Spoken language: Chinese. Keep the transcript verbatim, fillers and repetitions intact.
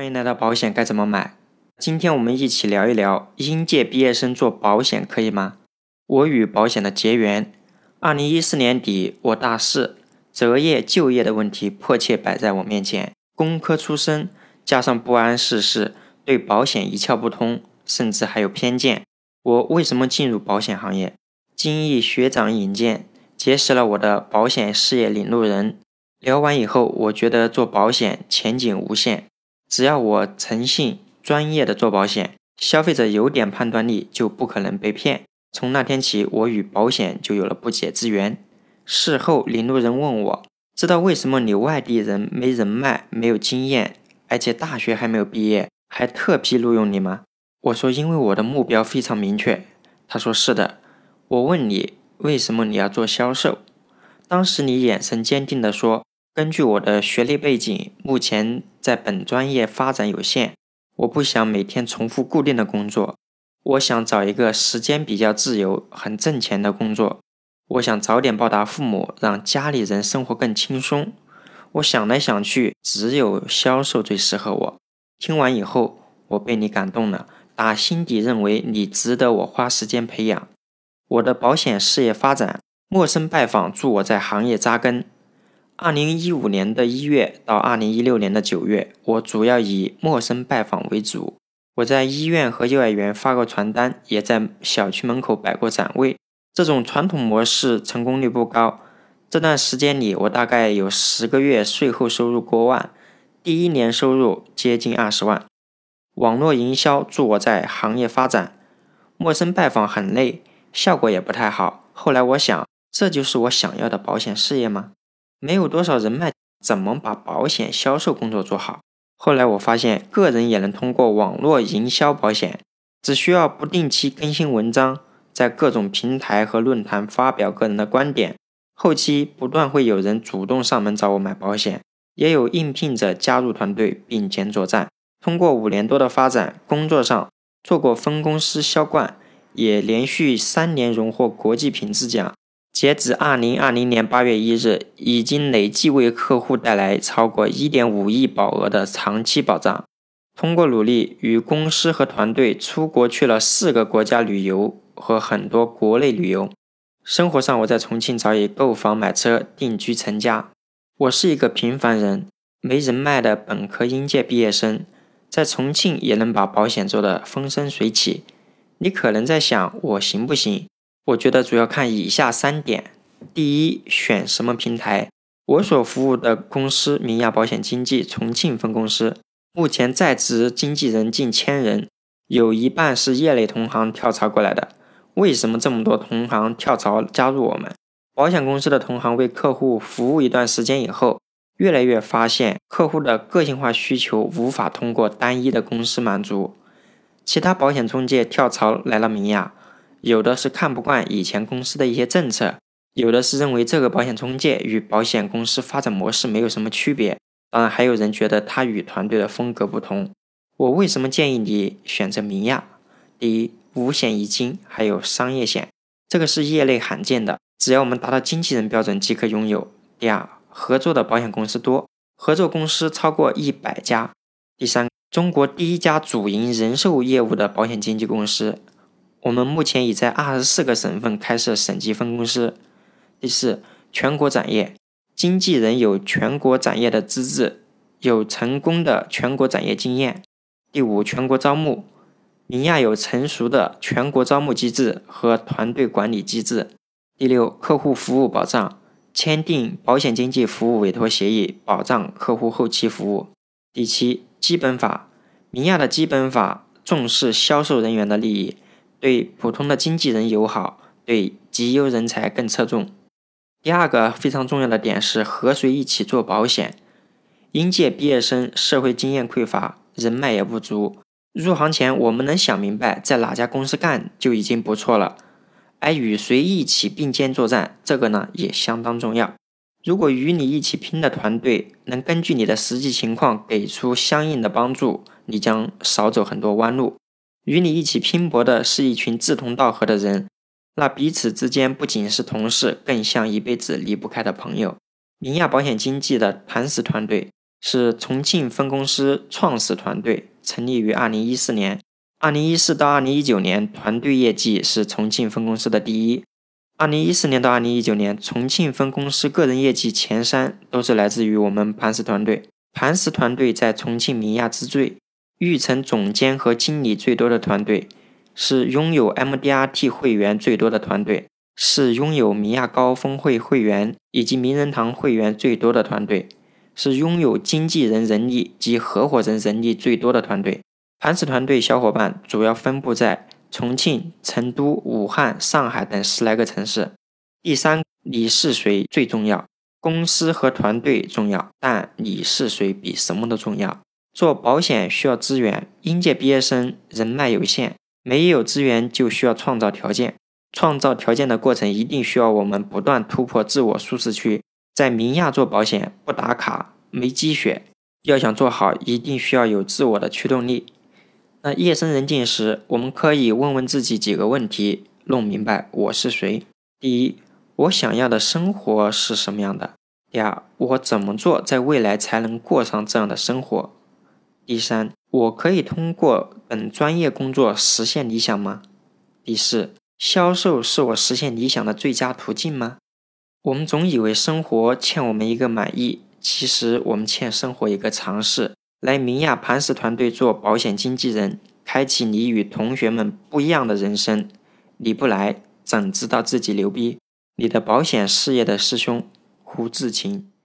迎来到保险该怎么买。今天我们一起聊一聊应届毕业生做保险可以吗？我与保险的结缘。二零一四年底，我大四，择业就业的问题迫切摆在我面前。工科出身，加上不谙世事，对保险一窍不通，甚至还有偏见。我为什么进入保险行业？经一学长引荐，结识了我的保险事业领路人。聊完以后，我觉得做保险前景无限。只要我诚信专业的做保险，消费者有点判断力就不可能被骗。从那天起，我与保险就有了不解之缘。事后领路人问我，知道为什么你外地人没人脉没有经验，而且大学还没有毕业，还特批录用你吗？我说因为我的目标非常明确。他说是的。我问你，为什么你要做销售？当时你眼神坚定地说，根据我的学历背景，目前在本专业发展有限，我不想每天重复固定的工作，我想找一个时间比较自由、很挣钱的工作。我想早点报答父母，让家里人生活更轻松。我想来想去，只有销售最适合我。听完以后，我被你感动了，打心底认为你值得我花时间培养。我的保险事业发展，陌生拜访助我在行业扎根。二零一五年的一月到二零一六年的九月，我主要以陌生拜访为主。我在医院和幼儿园发过传单，也在小区门口摆过展位。这种传统模式成功率不高。这段时间里，我大概有十个月税后收入过万，第一年收入接近二十万。网络营销助我在行业发展。陌生拜访很累，效果也不太好。后来我想，这就是我想要的保险事业吗？没有多少人脉，怎么把保险销售工作做好？后来我发现，个人也能通过网络营销保险，只需要不定期更新文章，在各种平台和论坛发表个人的观点，后期不断会有人主动上门找我买保险，也有应聘者加入团队并肩作战。通过五年多的发展，工作上做过分公司销冠，也连续三年荣获国际品质奖。截止二零二零年八月一日，已经累计为客户带来超过 一点五亿保额的长期保障。通过努力，与公司和团队出国去了四个国家旅游和很多国内旅游。生活上，我在重庆早已购房买车，定居成家。我是一个平凡人，没人脉的本科应届毕业生，在重庆也能把保险做得风生水起。你可能在想，我行不行？我觉得主要看以下三点。第一，选什么平台。我所服务的公司明亚保险经纪重庆分公司，目前在职经纪人近千人，有一半是业内同行跳槽过来的。为什么这么多同行跳槽加入我们？保险公司的同行为客户服务一段时间以后，越来越发现客户的个性化需求无法通过单一的公司满足。其他保险中介跳槽来了明亚，有的是看不惯以前公司的一些政策，有的是认为这个保险中介与保险公司发展模式没有什么区别，当然还有人觉得他与团队的风格不同。我为什么建议你选择明亚？第一，五险一金，还有商业险，这个是业内罕见的，只要我们达到经纪人标准即可拥有。第二，合作的保险公司多，合作公司超过一百家。第三，中国第一家主营人寿业务的保险经纪公司，我们目前已在二十四个省份开设省级分公司。第四，全国展业，经纪人有全国展业的资质，有成功的全国展业经验。第五，全国招募，明亚有成熟的全国招募机制和团队管理机制。第六，客户服务保障，签订保险经纪服务委托协议，保障客户后期服务。第七，基本法，明亚的基本法重视销售人员的利益，对普通的经纪人友好，对绩优人才更侧重。第二个非常重要的点是和谁一起做保险。应届毕业生社会经验匮乏，人脉也不足，入行前我们能想明白在哪家公司干就已经不错了，而与谁一起并肩作战，这个呢也相当重要。如果与你一起拼的团队能根据你的实际情况给出相应的帮助，你将少走很多弯路。与你一起拼搏的是一群志同道合的人，那彼此之间不仅是同事，更像一辈子离不开的朋友。明亚保险经纪的磐石团队是重庆分公司创始团队，成立于二零一四年。二零一四到二零一九年，团队业绩是重庆分公司的第一。二零一四年到二零一九年，重庆分公司个人业绩前三都是来自于我们磐石团队。磐石团队在重庆名亚之最，育成总监和经理最多的团队，是拥有 M D R T 会员最多的团队，是拥有名亚高峰会会员以及名人堂会员最多的团队，是拥有经纪人人力及合伙人人力最多的团队。磐石团队小伙伴主要分布在重庆、成都、武汉、上海等十来个城市。第三，你是谁最重要。公司和团队重要，但你是谁比什么都重要。做保险需要资源，应届毕业生人脉有限，没有资源就需要创造条件。创造条件的过程一定需要我们不断突破自我舒适区。在名亚做保险不打卡没积雪，要想做好一定需要有自我的驱动力。那夜深人静时，我们可以问问自己几个问题，弄明白我是谁。第一，我想要的生活是什么样的？第二，我怎么做在未来才能过上这样的生活？第三，我可以通过本专业工作实现理想吗？第四，销售是我实现理想的最佳途径吗？我们总以为生活欠我们一个满意，其实我们欠生活一个尝试。来名亚磐石团队做保险经纪人，开启你与同学们不一样的人生。你不来，怎知道自己牛逼？你的保险事业的师兄胡志勤。